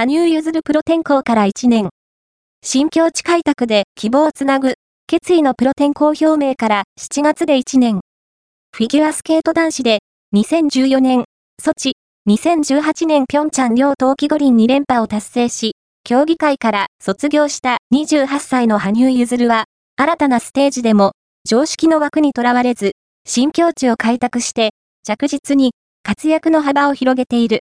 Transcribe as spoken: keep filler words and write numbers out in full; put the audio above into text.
羽生結弦プロ転向からいちねん。新境地開拓で希望をつなぐ、決意のプロ転向表明からしちがつでいちねん。フィギュアスケート男子で、にせんじゅうよねん、ソチ、にせんじゅうはちねんピョンチャン両冬季五輪に連覇を達成し、競技会から卒業したにじゅうはっさいの羽生結弦は、新たなステージでも、常識の枠にとらわれず、新境地を開拓して、着実に活躍の幅を広げている。